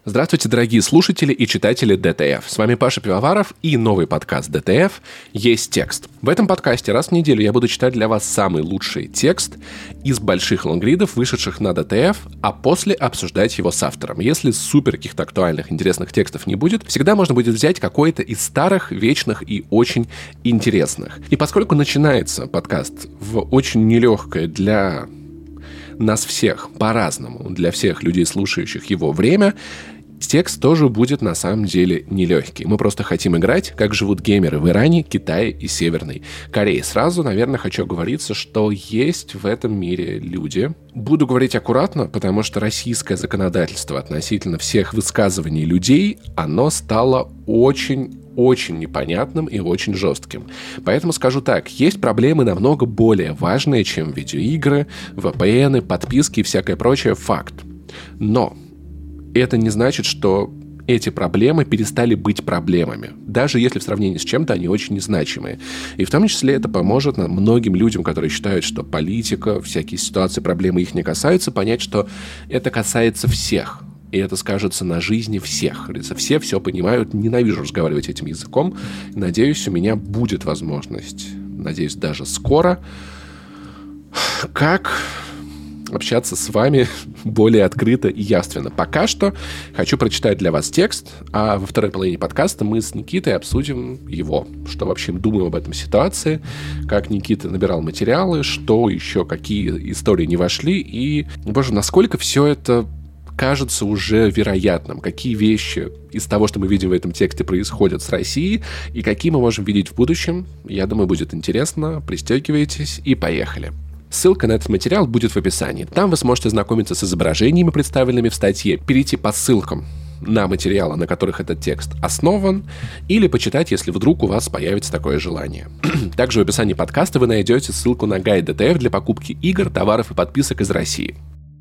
Здравствуйте, дорогие слушатели и читатели ДТФ. С вами Паша Пивоваров и новый подкаст ДТФ «Есть текст». В этом подкасте раз в неделю я буду читать для вас самый лучший текст из больших лонгридов, вышедших на ДТФ, а после обсуждать его с автором. Если супер каких-то актуальных, интересных текстов не будет, всегда можно будет взять какой-то из старых, вечных и очень интересных. И поскольку начинается подкаст в очень нелегкое для нас всех по-разному, для всех людей, слушающих его время, текст тоже будет на самом деле нелегкий. Мы просто хотим играть, как живут геймеры в Иране, Китае и Северной Корее. Сразу, наверное, хочу оговориться, что есть в этом мире люди. Буду говорить аккуратно, потому что российское законодательство относительно всех высказываний людей, оно стало очень непонятным и очень жестким. Поэтому скажу так, есть проблемы намного более важные, чем видеоигры, VPN, подписки и всякое прочее, факт. Но это не значит, что эти проблемы перестали быть проблемами. Даже если в сравнении с чем-то они очень незначимые. И в том числе это поможет многим людям, которые считают, что политика, всякие ситуации, проблемы их не касаются, понять, что это касается всех. И это скажется на жизни всех. Все понимают, ненавижу разговаривать этим языком. Надеюсь, у меня будет возможность, надеюсь, даже скоро, как общаться с вами более открыто и явственно. Пока что хочу прочитать для вас текст, а во второй половине подкаста мы с Никитой обсудим его. Что вообще думаем об этом ситуации, как Никита набирал материалы, что еще, какие истории не вошли, и, боже, насколько все это кажется уже вероятным, какие вещи из того, что мы видим в этом тексте, происходят с Россией, и какие мы можем видеть в будущем. Я думаю, будет интересно. Пристегивайтесь и поехали. Ссылка на этот материал будет в описании. Там вы сможете ознакомиться с изображениями, представленными в статье, перейти по ссылкам на материалы, на которых этот текст основан, или почитать, если вдруг у вас появится такое желание. Также в описании подкаста вы найдете ссылку на гайд ДТФ для покупки игр, товаров и подписок из России.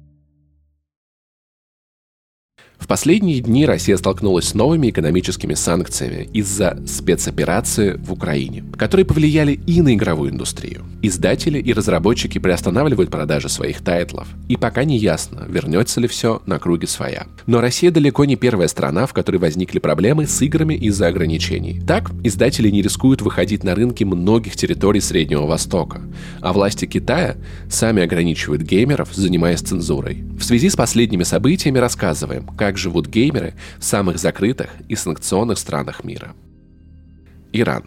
В последние дни Россия столкнулась с новыми экономическими санкциями из-за спецоперации в Украине, которые повлияли и на игровую индустрию. Издатели и разработчики приостанавливают продажи своих тайтлов, и пока не ясно, вернется ли все на круги своя. Но Россия далеко не первая страна, в которой возникли проблемы с играми из-за ограничений. Так, издатели не рискуют выходить на рынки многих территорий Среднего Востока, а власти Китая сами ограничивают геймеров, занимаясь цензурой. В связи с последними событиями рассказываем, как живут геймеры в самых закрытых и санкционных странах мира. Иран.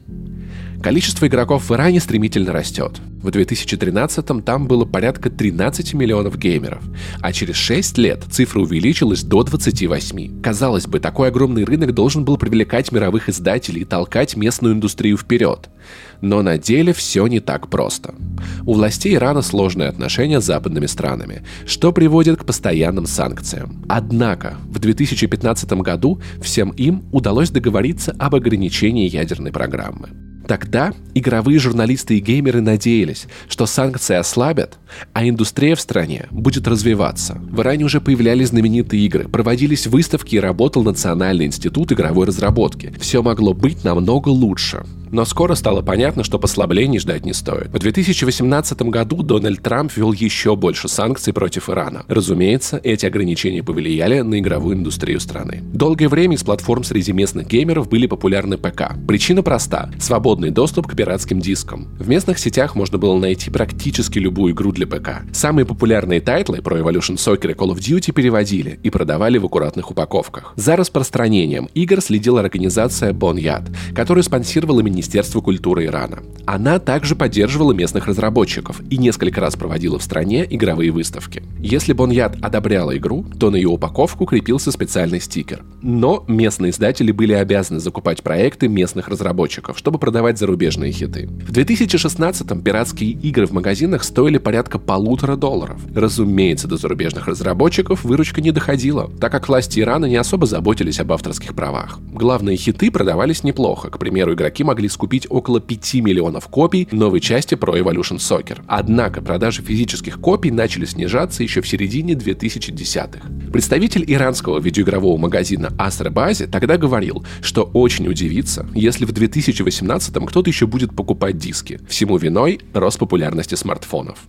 Количество игроков в Иране стремительно растет. В 2013-м там было порядка 13 миллионов геймеров, а через 6 лет цифра увеличилась до 28. Казалось бы, такой огромный рынок должен был привлекать мировых издателей и толкать местную индустрию вперед. Но на деле все не так просто. У властей Ирана сложные отношения с западными странами, что приводит к постоянным санкциям. Однако в 2015 году всем им удалось договориться об ограничении ядерной программы. Тогда игровые журналисты и геймеры надеялись, что санкции ослабят, а индустрия в стране будет развиваться. В Иране уже появлялись знаменитые игры, проводились выставки и работал Национальный институт игровой разработки. Все могло быть намного лучше. Но скоро стало понятно, что послаблений ждать не стоит. В 2018 году Дональд Трамп ввел еще больше санкций против Ирана. Разумеется, эти ограничения повлияли на игровую индустрию страны. Долгое время из платформ среди местных геймеров были популярны ПК. Причина проста – свободный доступ к пиратским дискам. В местных сетях можно было найти практически любую игру для ПК. Самые популярные тайтлы Pro Evolution Soccer и Call of Duty переводили и продавали в аккуратных упаковках. За распространением игр следила организация Boneyard, которую спонсировала Министерство культуры Ирана. Она также поддерживала местных разработчиков и несколько раз проводила в стране игровые выставки. Если Boneyard одобряла игру, то на ее упаковку крепился специальный стикер. Но местные издатели были обязаны закупать проекты местных разработчиков, чтобы продавать зарубежные хиты. В 2016-м пиратские игры в магазинах стоили порядка $1,5. Разумеется, до зарубежных разработчиков выручка не доходила, так как власти Ирана не особо заботились об авторских правах. Главные хиты продавались неплохо. К примеру, игроки могли скупить около 5 миллионов копий новой части Pro Evolution Soccer. Однако продажи физических копий начали снижаться еще в середине 2010-х. Представитель иранского видеоигрового магазина Azerbaijan тогда говорил, что очень удивится, если в 2018-м кто-то еще будет покупать диски. Всему виной рост популярности смартфонов.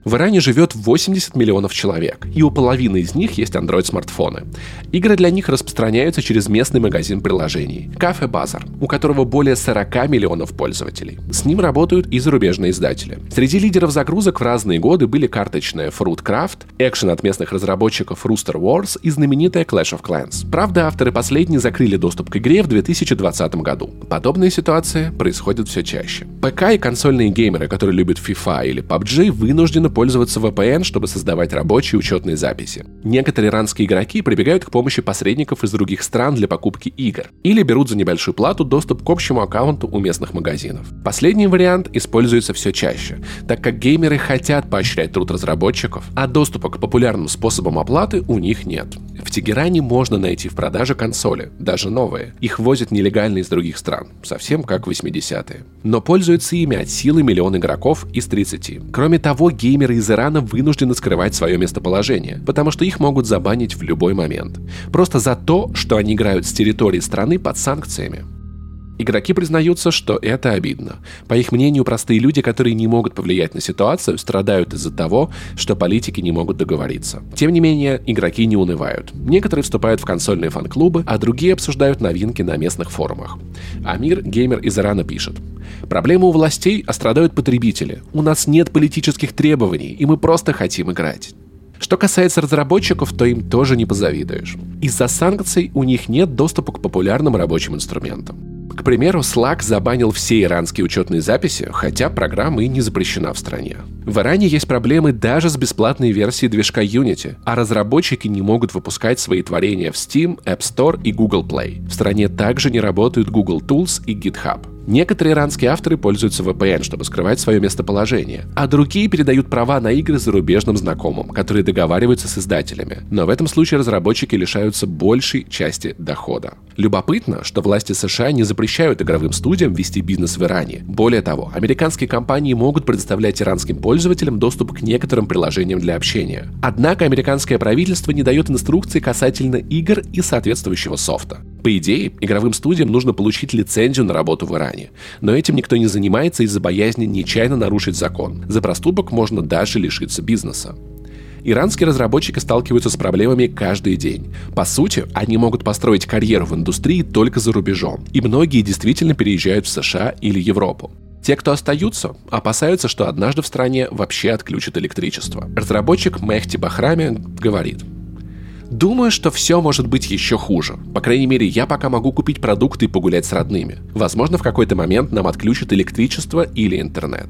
В Иране живет 80 миллионов человек, и у половины из них есть Android-смартфоны. Игры для них распространяются через местный магазин приложений Cafe Bazaar, у которого более 40 миллионов пользователей. С ним работают и зарубежные издатели. Среди лидеров загрузок в разные годы были карточная Fruitcraft, экшен от местных разработчиков Rooster Wars и знаменитая Clash of Clans. Правда, авторы последней закрыли доступ к игре в 2020 году. Подобные ситуации происходят все чаще. ПК и консольные геймеры, которые любят FIFA или PUBG, вынуждены пользоваться VPN, чтобы создавать рабочие учетные записи. Некоторые иранские игроки прибегают к помощи посредников из других стран для покупки игр или берут за небольшую плату доступ к общему аккаунту у местных магазинов. Последний вариант используется все чаще, так как геймеры хотят поощрять труд разработчиков, а доступа к популярным способам оплаты у них нет. В Тегеране можно найти в продаже консоли, даже новые. Их возят нелегально из других стран, совсем как в 80-е. Но пользуются ими от силы миллион игроков из 30. Кроме того, геймеры из Ирана вынуждены скрывать свое местоположение, потому что их могут забанить в любой момент. Просто за то, что они играют с территории страны под санкциями. Игроки признаются, что это обидно. По их мнению, простые люди, которые не могут повлиять на ситуацию, страдают из-за того, что политики не могут договориться. Тем не менее, игроки не унывают. Некоторые вступают в консольные фан-клубы, а другие обсуждают новинки на местных форумах. Амир, геймер из Ирана, пишет: «Проблема у властей, а страдают потребители. У нас нет политических требований, и мы просто хотим играть». Что касается разработчиков, то им тоже не позавидуешь. Из-за санкций у них нет доступа к популярным рабочим инструментам. К примеру, Slack забанил все иранские учетные записи, хотя программа и не запрещена в стране. В Иране есть проблемы даже с бесплатной версией движка Unity, а разработчики не могут выпускать свои творения в Steam, App Store и Google Play. В стране также не работают Google Tools и GitHub. Некоторые иранские авторы пользуются VPN, чтобы скрывать свое местоположение, а другие передают права на игры зарубежным знакомым, которые договариваются с издателями. Но в этом случае разработчики лишаются большей части дохода. Любопытно, что власти США не запрещают игровым студиям вести бизнес в Иране. Более того, американские компании могут предоставлять иранским пользователям доступ к некоторым приложениям для общения. Однако американское правительство не дает инструкций касательно игр и соответствующего софта. По идее, игровым студиям нужно получить лицензию на работу в Иране. Но этим никто не занимается из-за боязни нечаянно нарушить закон. За проступок можно даже лишиться бизнеса. Иранские разработчики сталкиваются с проблемами каждый день. По сути, они могут построить карьеру в индустрии только за рубежом. И многие действительно переезжают в США или Европу. Те, кто остаются, опасаются, что однажды в стране вообще отключат электричество. Разработчик Мехди Бахрами говорит: «Думаю, что все может быть еще хуже. По крайней мере, я пока могу купить продукты и погулять с родными. Возможно, в какой-то момент нам отключат электричество или интернет».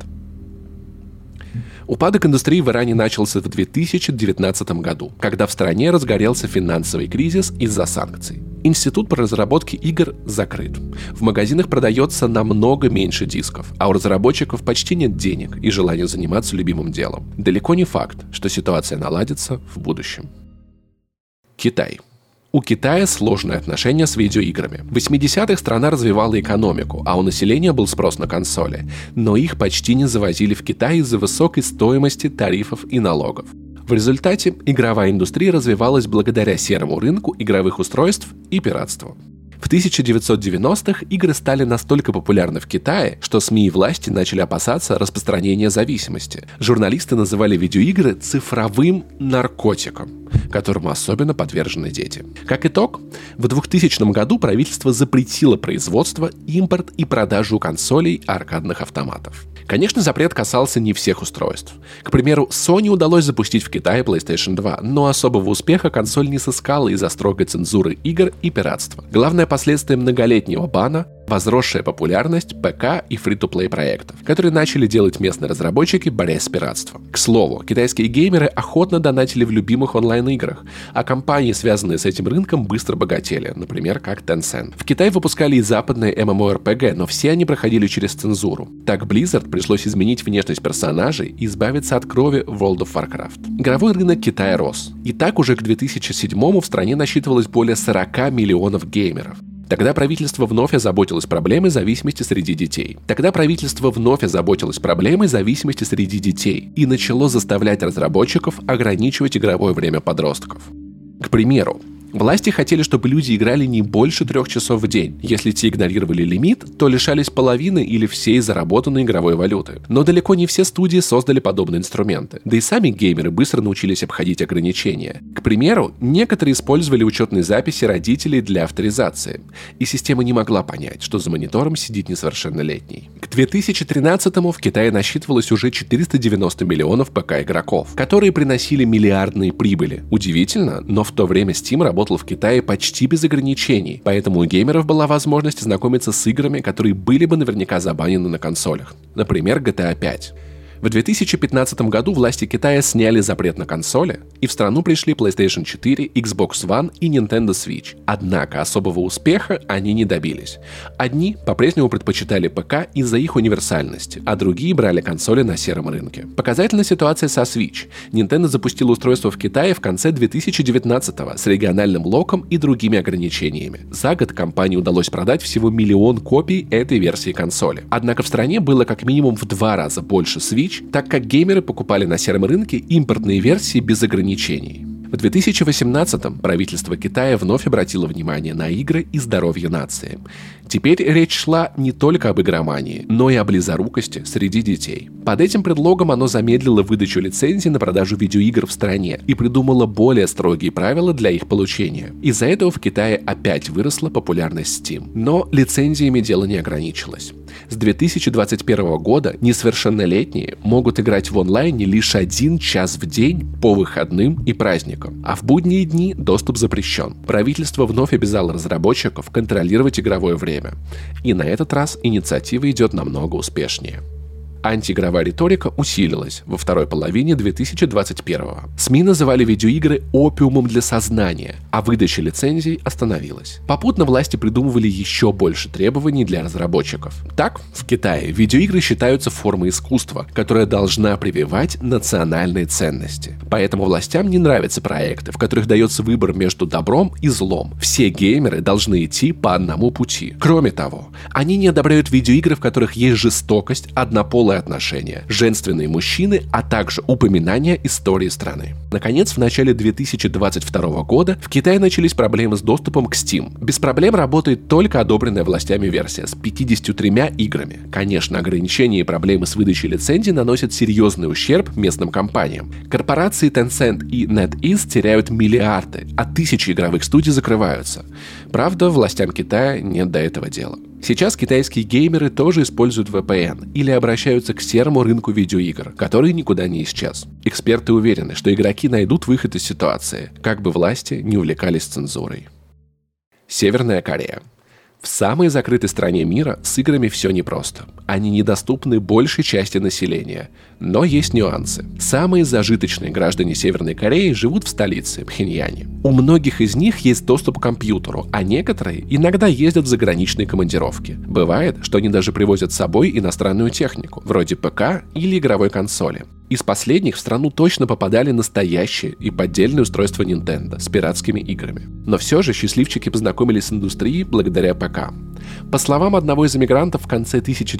Упадок индустрии в Иране начался в 2019 году, когда в стране разгорелся финансовый кризис из-за санкций. Институт по разработке игр закрыт. В магазинах продается намного меньше дисков, а у разработчиков почти нет денег и желания заниматься любимым делом. Далеко не факт, что ситуация наладится в будущем. Китай. У Китая сложные отношения с видеоиграми. В 80-х страна развивала экономику, а у населения был спрос на консоли. Но их почти не завозили в Китай из-за высокой стоимости, тарифов и налогов. В результате игровая индустрия развивалась благодаря серому рынку игровых устройств и пиратству. В 1990-х игры стали настолько популярны в Китае, что СМИ и власти начали опасаться распространения зависимости. Журналисты называли видеоигры цифровым наркотиком, которому особенно подвержены дети. Как итог, в 2000 году правительство запретило производство, импорт и продажу консолей и аркадных автоматов. Конечно, запрет касался не всех устройств. К примеру, Sony удалось запустить в Китае PlayStation 2, но особого успеха консоль не сыскала из-за строгой цензуры игр и пиратства. Главное последствие многолетнего бана – возросшая популярность ПК и фри-то-плей проектов, которые начали делать местные разработчики, борясь с пиратством. К слову, китайские геймеры охотно донатили в любимых онлайн-играх, а компании, связанные с этим рынком, быстро богатели, например, как Tencent. В Китае выпускали и западные MMORPG, но все они проходили через цензуру. Так Blizzard пришлось изменить внешность персонажей и избавиться от крови в World of Warcraft. Игровой рынок Китая рос. И так уже к 2007-му в стране насчитывалось более 40 миллионов геймеров. Тогда правительство вновь озаботилось проблемой зависимости среди детей. И начало заставлять разработчиков ограничивать игровое время подростков. К примеру, власти хотели, чтобы люди играли не больше 3 часов в день. Если те игнорировали лимит, то лишались половины или всей заработанной игровой валюты. Но далеко не все студии создали подобные инструменты. Да и сами геймеры быстро научились обходить ограничения. К примеру, некоторые использовали учетные записи родителей для авторизации. И система не могла понять, что за монитором сидит несовершеннолетний. К 2013-му в Китае насчитывалось уже 490 миллионов ПК-игроков, которые приносили миллиардные прибыли. Удивительно, но в то время Steam работал в Китае почти без ограничений, поэтому у геймеров была возможность знакомиться с играми, которые были бы наверняка забанены на консолях. Например, GTA 5. В 2015 году власти Китая сняли запрет на консоли, и в страну пришли PlayStation 4, Xbox One и Nintendo Switch. Однако особого успеха они не добились. Одни по-прежнему предпочитали ПК из-за их универсальности, а другие брали консоли на сером рынке. Показательна ситуация со Switch. Nintendo запустила устройство в Китае в конце 2019-го с региональным локом и другими ограничениями. За год компании удалось продать всего 1 миллион копий этой версии консоли. Однако в стране было как минимум в 2 раза больше Switch, так как геймеры покупали на сером рынке импортные версии без ограничений. В 2018-м правительство Китая вновь обратило внимание на игры и здоровье нации. Теперь речь шла не только об игромании, но и о близорукости среди детей. Под этим предлогом оно замедлило выдачу лицензий на продажу видеоигр в стране и придумало более строгие правила для их получения. Из-за этого в Китае опять выросла популярность Steam. Но лицензиями дело не ограничилось. С 2021 года несовершеннолетние могут играть в онлайне лишь 1 час в день по выходным и праздникам, а в будние дни доступ запрещен. Правительство вновь обязало разработчиков контролировать игровое время. И на этот раз инициатива идет намного успешнее. Антиигровая риторика усилилась во второй половине 2021-го. СМИ называли видеоигры опиумом для сознания, а выдача лицензий остановилась. Попутно власти придумывали еще больше требований для разработчиков. Так, в Китае видеоигры считаются формой искусства, которая должна прививать национальные ценности. Поэтому властям не нравятся проекты, в которых дается выбор между добром и злом. Все геймеры должны идти по одному пути. Кроме того, они не одобряют видеоигры, в которых есть жестокость, однополые отношения, женственные мужчины, а также упоминания истории страны. Наконец, в начале 2022 года в Китае начались проблемы с доступом к Steam. Без проблем работает только одобренная властями версия с 53 играми. Конечно, ограничения и проблемы с выдачей лицензий наносят серьезный ущерб местным компаниям. Корпорации Tencent и NetEase теряют миллиарды, а тысячи игровых студий закрываются. Правда, властям Китая нет до этого дела. Сейчас китайские геймеры тоже используют VPN или обращаются к серому рынку видеоигр, который никуда не исчез. Эксперты уверены, что игроки найдут выход из ситуации, как бы власти не увлекались цензурой. Северная Корея. В самой закрытой стране мира с играми все непросто. Они недоступны большей части населения. Но есть нюансы. Самые зажиточные граждане Северной Кореи живут в столице, Пхеньяне. У многих из них есть доступ к компьютеру, а некоторые иногда ездят в заграничные командировки. Бывает, что они даже привозят с собой иностранную технику, вроде ПК или игровой консоли. Из последних в страну точно попадали настоящие и поддельные устройства Nintendo с пиратскими играми. Но все же счастливчики познакомились с индустрией благодаря ПК. По словам одного из эмигрантов, в конце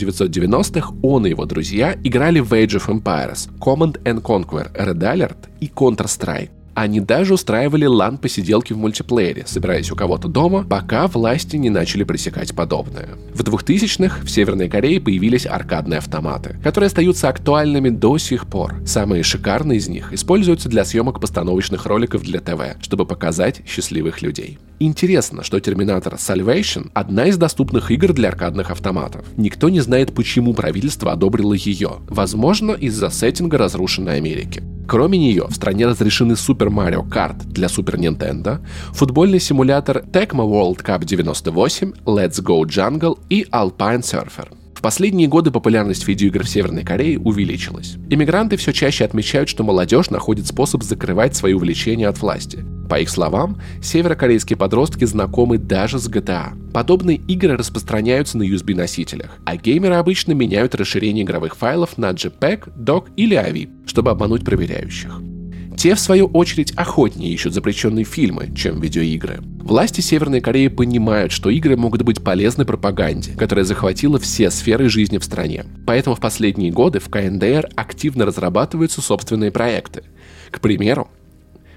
1990-х он и его друзья играли в Age of Empires, Command & Conquer, Red Alert и Counter-Strike. Они даже устраивали LAN-посиделки в мультиплеере, собираясь у кого-то дома, пока власти не начали пресекать подобное. В 2000-х в Северной Корее появились аркадные автоматы, которые остаются актуальными до сих пор. Самые шикарные из них используются для съемок постановочных роликов для ТВ, чтобы показать счастливых людей. Интересно, что Terminator Salvation – одна из доступных игр для аркадных автоматов. Никто не знает, почему правительство одобрило ее. Возможно, из-за сеттинга разрушенной Америки. Кроме нее, в стране разрешены Super Mario Kart для Super Nintendo, футбольный симулятор Tecmo World Cup 98, Let's Go Jungle и Alpine Surfer. В последние годы популярность видеоигр в Северной Корее увеличилась. Иммигранты все чаще отмечают, что молодежь находит способ закрывать свои увлечения от власти. По их словам, северокорейские подростки знакомы даже с GTA. Подобные игры распространяются на USB-носителях, а геймеры обычно меняют расширение игровых файлов на JPEG, DOC или AVI, чтобы обмануть проверяющих. Те, в свою очередь, охотнее ищут запрещенные фильмы, чем видеоигры. Власти Северной Кореи понимают, что игры могут быть полезны пропаганде, которая захватила все сферы жизни в стране. Поэтому в последние годы в КНДР активно разрабатываются собственные проекты. К примеру,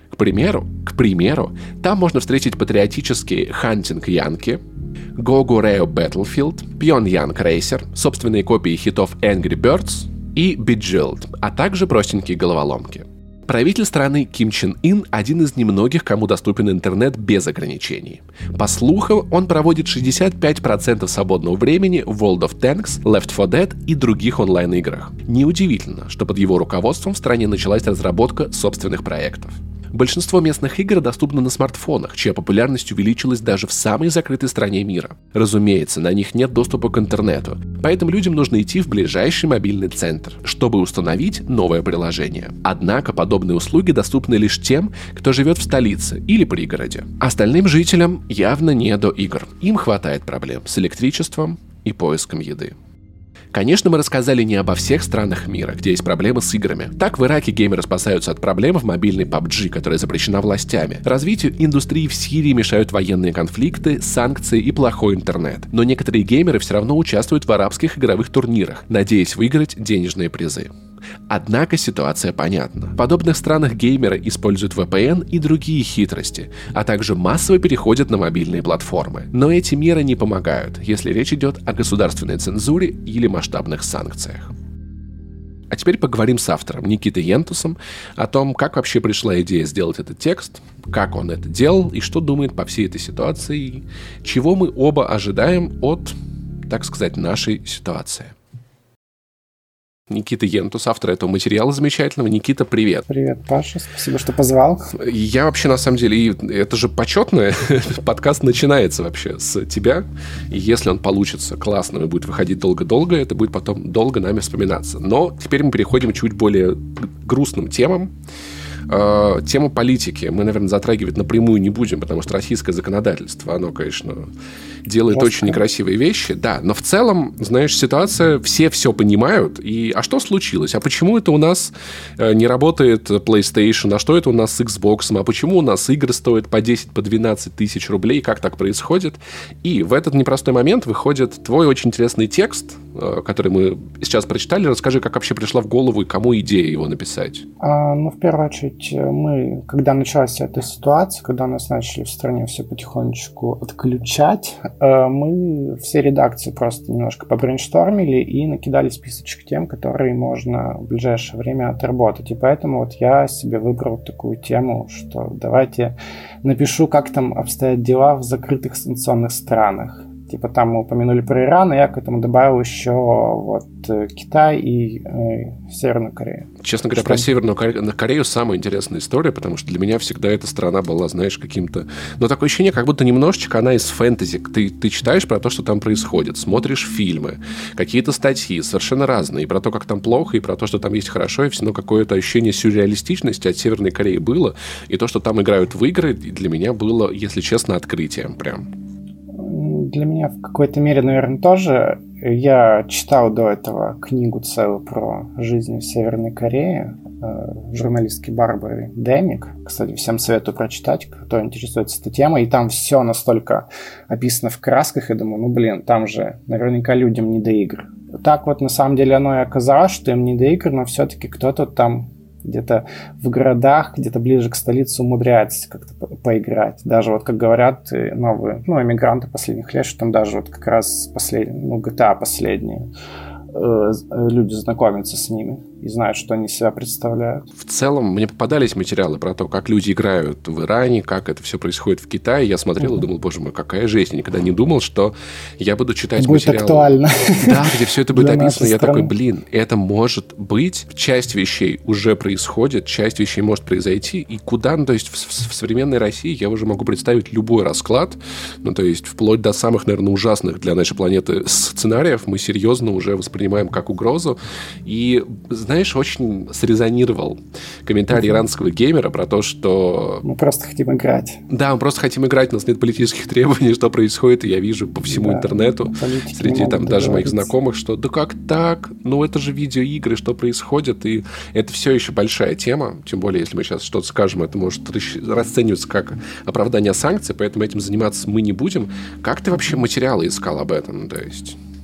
К примеру, там можно встретить патриотические Hunting Yankee, Go-Go-Reo Battlefield, Pyongyang Racer, собственные копии хитов Angry Birds и Bejeweled, а также простенькие головоломки. Правитель страны Ким Чен Ын один из немногих, кому доступен интернет без ограничений. По слухам, он проводит 65% свободного времени в World of Tanks, Left 4 Dead и других онлайн-играх. Неудивительно, что под его руководством в стране началась разработка собственных проектов. Большинство местных игр доступно на смартфонах, чья популярность увеличилась даже в самой закрытой стране мира. Разумеется, на них нет доступа к интернету, поэтому людям нужно идти в ближайший мобильный центр, чтобы установить новое приложение. Однако подобные услуги доступны лишь тем, кто живет в столице или пригороде. Остальным жителям явно не до игр. Им хватает проблем с электричеством и поиском еды. Конечно, мы рассказали не обо всех странах мира, где есть проблемы с играми. Так, в Ираке геймеры спасаются от проблем в мобильной PUBG, которая запрещена властями. Развитию индустрии в Сирии мешают военные конфликты, санкции и плохой интернет. Но некоторые геймеры все равно участвуют в арабских игровых турнирах, надеясь выиграть денежные призы. Однако ситуация понятна. В подобных странах геймеры используют VPN и другие хитрости, а также массово переходят на мобильные платформы. Но эти меры не помогают, если речь идет о государственной цензуре или масштабных санкциях. А теперь поговорим с автором Никитой Ентусом о том, как вообще пришла идея сделать этот текст, как он это делал и что думает по всей этой ситуации, чего мы оба ожидаем от, так сказать, нашей ситуации. Никита Ентус, автор этого материала замечательного. Никита, привет. Привет, Паша. Спасибо, что позвал. Я вообще, на самом деле, это же почетно. Подкаст начинается вообще с тебя. И если он получится классным и будет выходить долго-долго, это будет потом долго нами вспоминаться. Но теперь мы переходим к чуть более грустным темам. Тему политики мы, наверное, затрагивать напрямую не будем, потому что российское законодательство, оно, конечно, делает очень некрасивые вещи. Да, но в целом, знаешь, ситуация, все понимают. А что случилось? А почему это у нас не работает PlayStation? А что это у нас с Xbox? А почему у нас игры стоят по 10, по 12 тысяч рублей? Как так происходит? И в этот непростой момент выходит твой очень интересный текст, который мы сейчас прочитали. Расскажи, как вообще пришла в голову и кому идея его написать? В первую очередь, мы, когда началась эта ситуация, когда нас начали в стране все потихонечку отключать, мы все редакции просто немножко побрейнштормили и накидали списочек тем, которые можно в ближайшее время отработать. И поэтому вот я себе выбрал такую тему, что давайте напишу, как там обстоят дела в закрытых санкционных странах. Типа там мы упомянули про Иран, и я к этому добавил еще вот Китай и Северную Корею. Честно говоря, про Северную Корею самая интересная история, потому что для меня всегда эта страна была, знаешь, каким-то... Но такое ощущение, как будто немножечко она из фэнтези. Ты читаешь про то, что там происходит, смотришь фильмы, какие-то статьи совершенно разные, и про то, как там плохо, и про то, что там есть хорошо, и все равно какое-то ощущение сюрреалистичности от Северной Кореи было, и то, что там играют в игры, для меня было, если честно, открытием прям. Для меня в какой-то мере, наверное, тоже. Я читал до этого книгу целую про жизнь в Северной Корее журналистки Барбары Демик. Кстати, всем советую прочитать, кто интересуется этой темой. И там все настолько описано в красках. Я думаю, там же наверняка людям не до игр. Так вот, на самом деле, оно и оказалось, что им не до игр, но все-таки кто-то там где-то в городах, где-то ближе к столице умудряется как-то поиграть. Даже вот, как говорят новые, эмигранты последних лет, что там даже вот как раз GTA последние, люди знакомятся с ними и знают, что они себя представляют. В целом, мне попадались материалы про то, как люди играют в Иране, как это все происходит в Китае. Я смотрел и думал, боже мой, какая жесть. Я никогда не думал, что я буду читать будет материалы. Актуально. Да, где все это будет описано. Я такой, это может быть. Часть вещей уже происходит, часть вещей может произойти. И куда? То есть в современной России я уже могу представить любой расклад. То есть вплоть до самых, наверное, ужасных для нашей планеты сценариев мы серьезно уже воспринимаем как угрозу. И знаешь, очень срезонировал комментарий иранского геймера про то, что... Мы просто хотим играть. Да, мы просто хотим играть, у нас нет политических требований, что происходит, и я вижу по всему интернету, среди там даже моих знакомых, что да как так? Это же видеоигры, что происходит? И это все еще большая тема, тем более, если мы сейчас что-то скажем, это может расцениваться как оправдание санкций, поэтому этим заниматься мы не будем. Как ты вообще материалы искал об этом? То есть...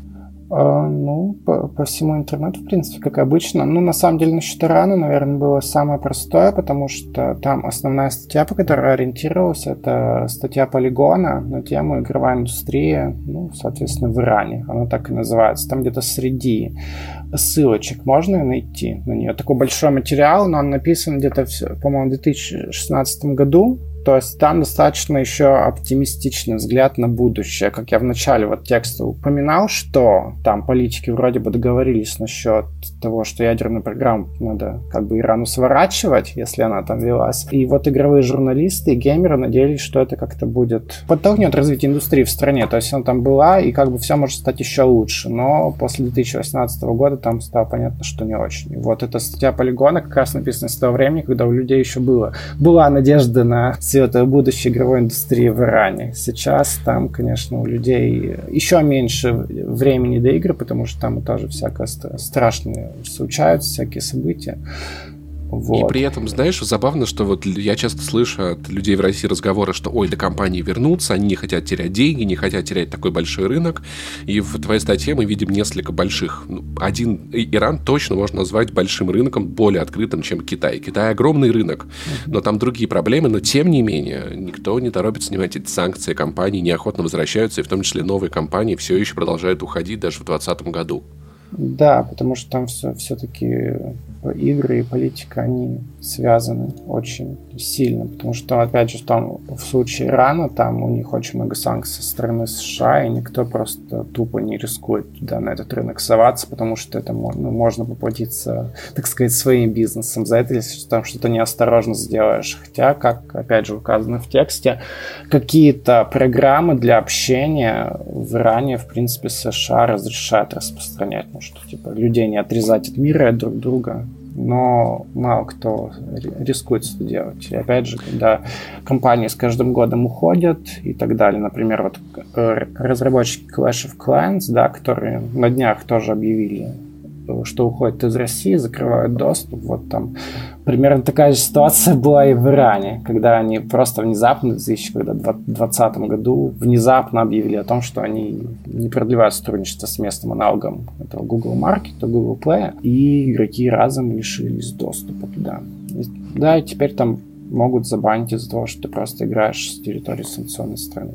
По всему интернету, в принципе, как обычно. На самом деле, насчет Ирана, наверное, было самое простое, потому что там основная статья, по которой ориентировался, это статья Полигона на тему игровая индустрия, соответственно, в Иране. Она так и называется. Там где-то среди ссылочек можно найти на нее. Такой большой материал, но он написан где-то, по-моему, в 2016 году. То есть там достаточно еще оптимистичный взгляд на будущее. Как я в начале текста упоминал, что там политики вроде бы договорились насчет того, что ядерную программу надо Ирану сворачивать, если она там велась. И игровые журналисты и геймеры надеялись, что это как-то подтолкнет развитие индустрии в стране. То есть она там была, и все может стать еще лучше. Но после 2018 года там стало понятно, что не очень. И эта статья Полигона как раз написана с того времени, когда у людей еще была надежда на светлое будущее игровой индустрии в Иране. Сейчас там, конечно, у людей еще меньше времени до игр, потому что там тоже всякое страшное случаются, всякие события. И при этом, знаешь, забавно, что я часто слышу от людей в России разговоры, что до компании вернутся, они не хотят терять деньги, не хотят терять такой большой рынок. И в твоей статье мы видим несколько больших. Один Иран точно можно назвать большим рынком, более открытым, чем Китай. Китай огромный рынок, но там другие проблемы, но тем не менее никто не торопится снимать эти санкции, компании неохотно возвращаются, и в том числе новые компании все еще продолжают уходить даже в 2020 году. Да, потому что там все-таки игры и политика, они связаны очень сильно, потому что, опять же, там в случае Ирана, там у них очень много санкций со стороны США, и никто просто тупо не рискует туда, на этот рынок соваться, потому что это можно поплатиться, так сказать, своим бизнесом за это, если там что-то неосторожно сделаешь. Хотя, как, опять же, указано в тексте, какие-то программы для общения в Иране, в принципе, США разрешают распространять, что людей не отрезать от мира и от друг друга. Но мало кто рискует это делать. И опять же, когда компании с каждым годом уходят и так далее, например, разработчики Clash of Clans, которые на днях тоже объявили, что уходят из России, закрывают доступ. Там примерно такая же ситуация была и в Иране, когда они просто внезапно в 2020 году внезапно объявили о том, что они не продлевают сотрудничество с местным аналогом этого Google Market, Google Play, и игроки разом лишились доступа туда. И теперь там могут забанить из-за того, что ты просто играешь с территории санкционной страны.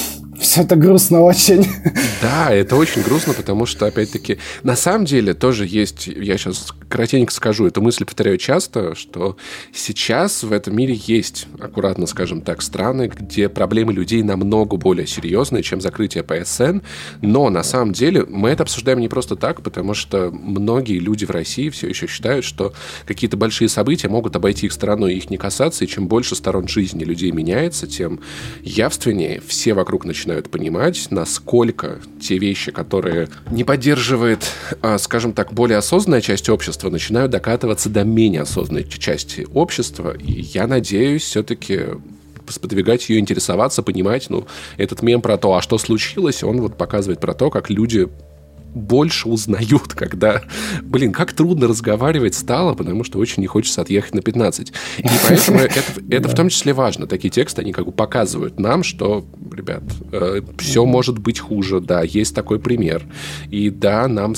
Все это грустно очень. Да, это очень грустно, потому что, опять-таки, на самом деле тоже есть, я сейчас коротенько скажу, эту мысль повторяю часто, что сейчас в этом мире есть, аккуратно скажем так, страны, где проблемы людей намного более серьезные, чем закрытие PSN, но на самом деле мы это обсуждаем не просто так, потому что многие люди в России все еще считают, что какие-то большие события могут обойти их стороной и их не касаться, и чем больше сторон жизни людей меняется, тем явственнее все вокруг начинают понимать, насколько те вещи, которые не поддерживает, скажем так, более осознанная часть общества, начинают докатываться до менее осознанной части общества. И я надеюсь все-таки сподвигать ее интересоваться, понимать, этот мем про то, а что случилось, он показывает про то, как люди больше узнают, когда, как трудно разговаривать стало, потому что очень не хочется отъехать на 15. И поэтому это в том числе важно. Такие тексты, они показывают нам, что, ребят, все может быть хуже, да, есть такой пример. И да, нам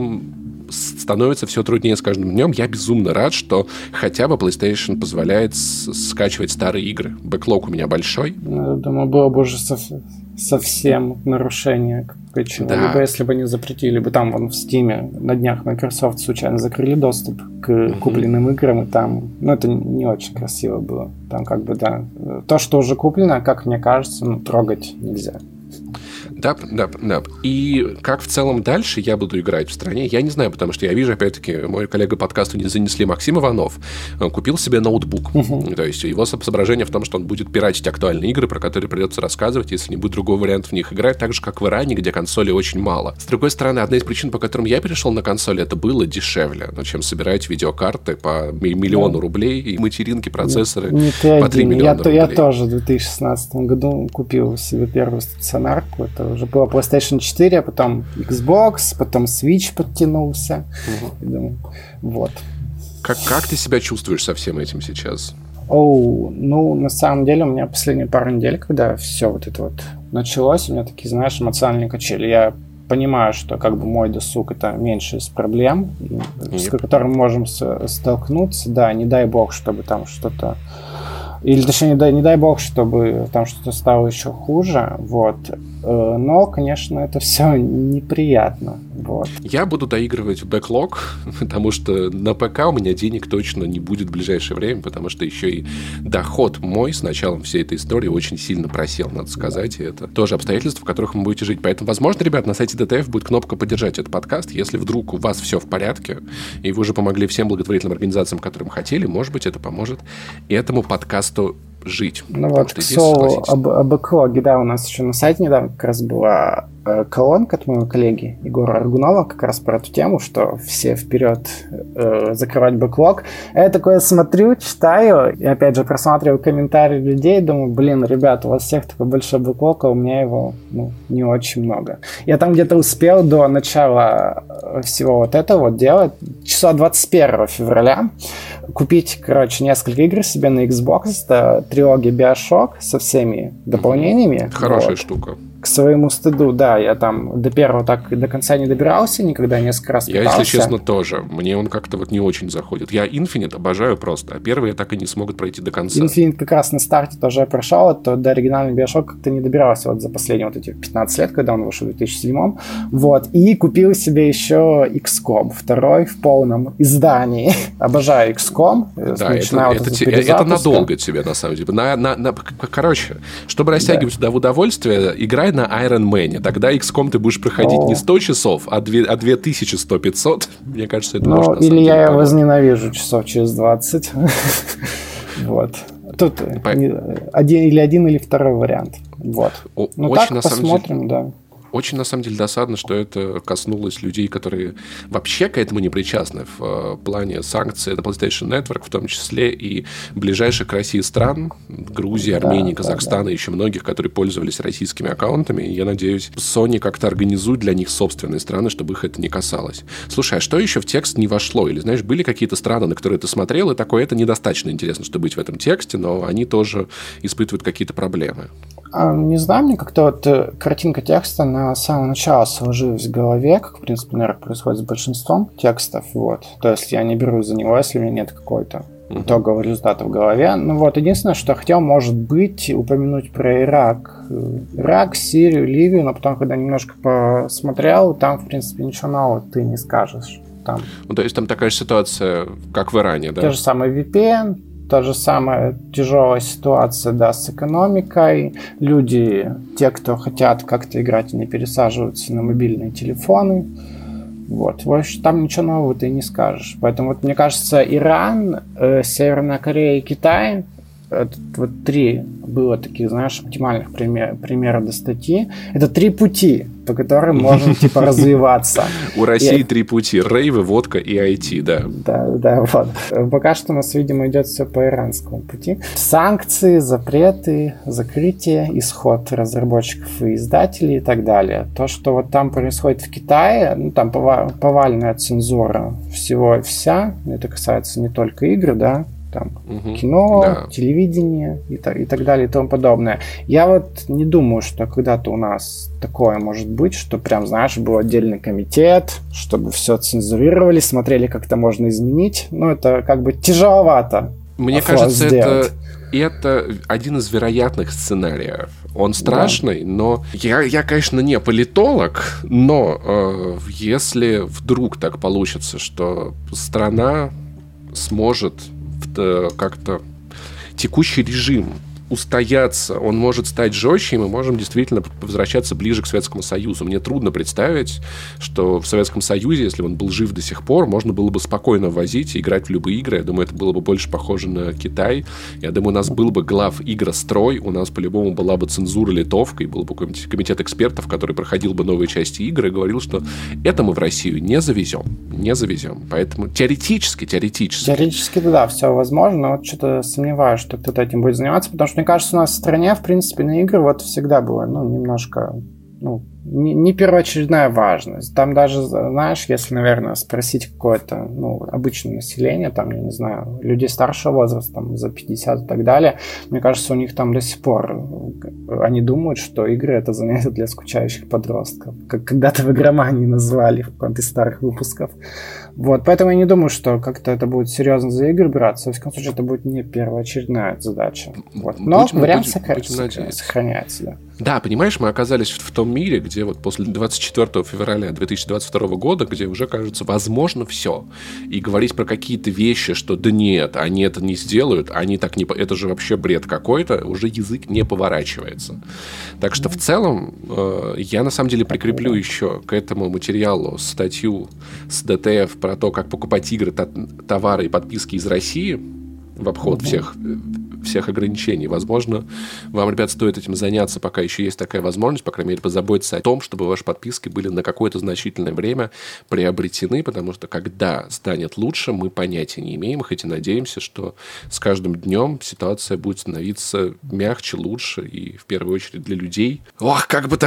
становится все труднее с каждым днем. Я безумно рад, что хотя бы PlayStation позволяет скачивать старые игры. Бэклог у меня большой. Думаю, было бы уже совсем нарушение какое-то. Либо если бы они запретили бы там в Steam на днях Microsoft случайно закрыли доступ к купленным играм, и там, это не очень красиво было. Там то, что уже куплено, как мне кажется, трогать нельзя. Да. И как в целом дальше я буду играть в стране, я не знаю, потому что я вижу, опять-таки, мой коллега подкасту не занесли, Максим Иванов, он купил себе ноутбук. То есть его соображение в том, что он будет пиратить актуальные игры, про которые придется рассказывать, если не будет другого варианта в них играть, так же, как в Иране, где консолей очень мало. С другой стороны, одна из причин, по которым я перешел на консоли, это было дешевле, чем собирать видеокарты по миллиону рублей и материнки, процессоры по 3 миллиона рублей. Я тоже в 2016 году купил себе первую стационарку. Это уже была PlayStation 4, а потом Xbox, потом Switch подтянулся. Думаю, Как ты себя чувствуешь со всем этим сейчас? На самом деле у меня последние пару недель, когда все это началось, у меня такие, знаешь, эмоциональные качели. Я понимаю, что как бы мой досуг — это меньше из проблем, с которыми мы можем столкнуться. Да, не дай бог, чтобы там что-то... Или, точнее, не дай бог, чтобы там что-то стало еще хуже, вот. Но, конечно, это все неприятно, вот. Я буду доигрывать в бэклог, потому что на ПК у меня денег точно не будет в ближайшее время, потому что еще и доход мой с началом всей этой истории очень сильно просел, надо сказать, и это тоже обстоятельства, в которых вы будете жить. Поэтому, возможно, ребят, на сайте ДТФ будет кнопка «Поддержать этот подкаст». Если вдруг у вас все в порядке, и вы уже помогли всем благотворительным организациям, которым хотели, может быть, это поможет этому подкасту жить. Ну вот, к слову, об эклоге, да, у нас еще на сайте недавно как раз была колонка от моего коллеги Егора Аргунова как раз про эту тему, что все вперед закрывать бэклог. Я такое смотрю, читаю, и опять же просматриваю комментарии людей, думаю, блин, ребят, у вас всех такой большой бэклог, а у меня его не очень много. Я там где-то успел до начала всего вот этого вот дела, числа 21 февраля, купить, короче, несколько игр себе на Xbox. Это трилогия BioShock со всеми дополнениями. Хорошая штука. К своему стыду, да, я там до первого так до конца не добирался, никогда несколько раз пытался. Я, если честно, тоже. Мне он как-то вот не очень заходит. Я Infinite обожаю просто, а первый я так и не смог пройти до конца. Infinite как раз на старте тоже я прошел, то до оригинального BioShock как-то не добирался вот за последние вот эти 15 лет, когда он вышел в 2007. Вот, и купил себе еще XCOM, второй в полном издании. Обожаю XCOM. Да, это надолго тебе, на самом деле. Короче, чтобы растягивать в удовольствие, играй на Iron Man. Тогда XCOM ты будешь проходить не 100 часов, а 2100-500. Мне кажется, это можно на самом деле. Или я возненавижу часов через 20. Вот. Тут один или второй вариант. Вот. Ну так, посмотрим, да. Очень, на самом деле, досадно, что это коснулось людей, которые вообще к этому не причастны в плане санкций. Это PlayStation Network, в том числе и ближайших к России стран, Грузии, Армении, Казахстана, и еще многих, которые пользовались российскими аккаунтами. И я надеюсь, Sony как-то организует для них собственные страны, чтобы их это не касалось. Слушай, а что еще в текст не вошло? Или, знаешь, были какие-то страны, на которые ты смотрел, и такое, это недостаточно интересно, чтобы быть в этом тексте, но они тоже испытывают какие-то проблемы? Не знаю, мне как-то вот картинка текста на самое начало сложилась в голове, как, в принципе, наверное, происходит с большинством текстов, вот. То есть я не беру за него, если у меня нет какой-то итогового результата в голове. Ну вот, единственное, что я хотел, может быть, упомянуть про Ирак, Сирию, Ливию, но потом, когда немножко посмотрел, там, в принципе, ничего нового ты не скажешь. Там. Ну, то есть там такая же ситуация, как в Иране, да? Те же самые VPN, та же самая тяжелая ситуация, да, с экономикой. Люди, те, кто хотят как-то играть, они пересаживаются на мобильные телефоны. Вот. В общем, там ничего нового ты не скажешь. Поэтому, вот, мне кажется, Иран, Северная Корея и Китай, это вот три было таких, знаешь, оптимальных примера до статьи. Это три пути, по которым можно, типа, развиваться. У России три пути. Рейвы, водка и IT, да. Да, вот. Пока что у нас, видимо, идет все по иранскому пути. Санкции, запреты, закрытие, исход разработчиков и издателей и так далее. То, что вот там происходит в Китае, ну, там повальная цензура всего и вся. Это касается не только игр, да, там, кино, телевидение и так далее и тому подобное. Я вот не думаю, что когда-то у нас такое может быть, что прям, знаешь, был отдельный комитет, чтобы все цензурировали, смотрели, как это можно изменить. Ну, это как бы тяжеловато. Мне кажется, это один из вероятных сценариев. Он страшный, но я, конечно, не политолог, но если вдруг так получится, что страна сможет как-то текущий режим устояться, он может стать жестче, и мы можем действительно возвращаться ближе к Советскому Союзу. Мне трудно представить, что в Советском Союзе, если он был жив до сих пор, можно было бы спокойно возить и играть в любые игры. Я думаю, это было бы больше похоже на Китай. Я думаю, у нас был бы глав-игрострой, у нас по-любому была бы цензура литовка, и был бы какой-нибудь комитет экспертов, который проходил бы новые части игры и говорил, что это мы в Россию не завезем. Не завезем. Поэтому теоретически. Теоретически, да, все возможно, но вот что-то сомневаюсь, что кто-то этим будет заниматься, потому что мне кажется, у нас в стране, в принципе, на игры вот всегда было, немножко не первоочередная важность. Там даже, знаешь, если, наверное, спросить какое-то, обычное население, там, я не знаю, людей старшего возраста, там, за 50 и так далее, мне кажется, у них там до сих пор, они думают, что игры — это занятие для скучающих подростков. Как когда-то в игромании назвали в каком-то из старых выпусков. Вот, поэтому я не думаю, что как-то это будет серьезно за игры браться. В всяком случае, это будет не первоочередная задача. Вот. Но вариант сохраняется, да. Да, понимаешь, мы оказались в том мире, где вот после 24 февраля 2022 года, где уже, кажется, возможно все. И говорить про какие-то вещи, что да нет, они это не сделают, они так не... Это же вообще бред какой-то, уже язык не поворачивается. Так что в целом я на самом деле прикреплю еще к этому материалу статью с ДТФ про то, как покупать игры, товары и подписки из России в обход всех ограничений. Возможно, вам, ребят, стоит этим заняться, пока еще есть такая возможность, по крайней мере, позаботиться о том, чтобы ваши подписки были на какое-то значительное время приобретены, потому что когда станет лучше, мы понятия не имеем, хоть и надеемся, что с каждым днем ситуация будет становиться мягче, лучше, и в первую очередь для людей. Ох, как бы так...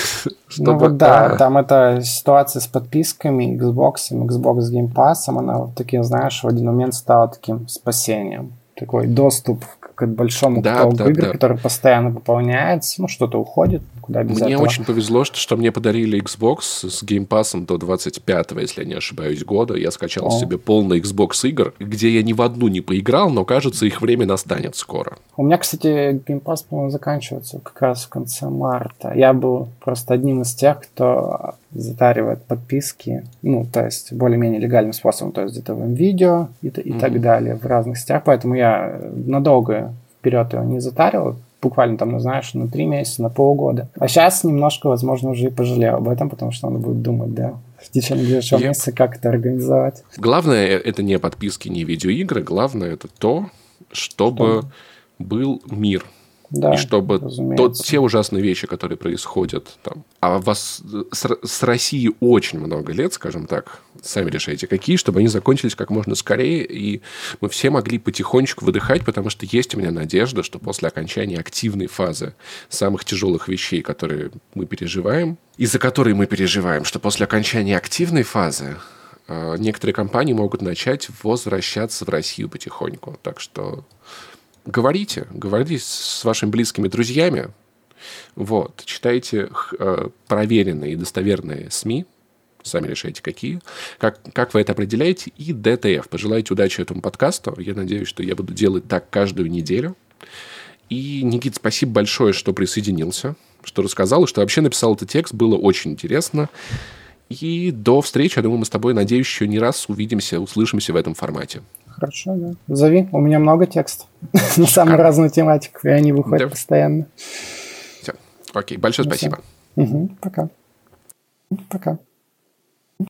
там эта ситуация с подписками, Xbox Game Pass, она вот таким, знаешь, в один момент стала таким спасением. Такой доступ к большому каталогу игр, который постоянно пополняется, что-то уходит, куда без Мне этого. очень повезло, что мне подарили Xbox с Game Pass'ом до 25-го, если я не ошибаюсь, года. Я скачал себе полный Xbox игр, где я ни в одну не поиграл, но, кажется, их время настанет скоро. У меня, кстати, Game Pass, по-моему, заканчивается как раз в конце марта. Я был просто одним из тех, кто затаривает подписки, то есть более-менее легальным способом, то есть где-то в NVIDIA и так далее, в разных сетях, поэтому я надолго вперед его не затарил, буквально там, знаешь, на 3 месяца, на полгода. А сейчас немножко, возможно, уже и пожалел об этом, потому что надо будет думать, да, в течение ближайшего месяца, как это организовать. Главное, это не подписки, не видеоигры, главное, это то, чтобы был мир. Да, и чтобы те ужасные вещи, которые происходят там. А у вас с Россией очень много лет, скажем так, сами решайте, какие, чтобы они закончились как можно скорее, и мы все могли потихонечку выдыхать, потому что есть у меня надежда, что после окончания активной фазы самых тяжелых вещей, которые мы переживаем, из-за которой мы переживаем, что после окончания активной фазы некоторые компании могут начать возвращаться в Россию потихоньку. Так что... Говорите с вашими близкими друзьями, читайте проверенные и достоверные СМИ, сами решайте, какие, как вы это определяете, и ДТФ. Пожелайте удачи этому подкасту, я надеюсь, что я буду делать так каждую неделю. И, Никит, спасибо большое, что присоединился, что рассказал, и что вообще написал этот текст, было очень интересно. И до встречи, я думаю, мы с тобой, надеюсь, еще не раз увидимся, услышимся в этом формате. Хорошо, да. Зови, у меня много текстов на самую разную тематику, и они выходят постоянно. Все, окей, большое спасибо. Пока.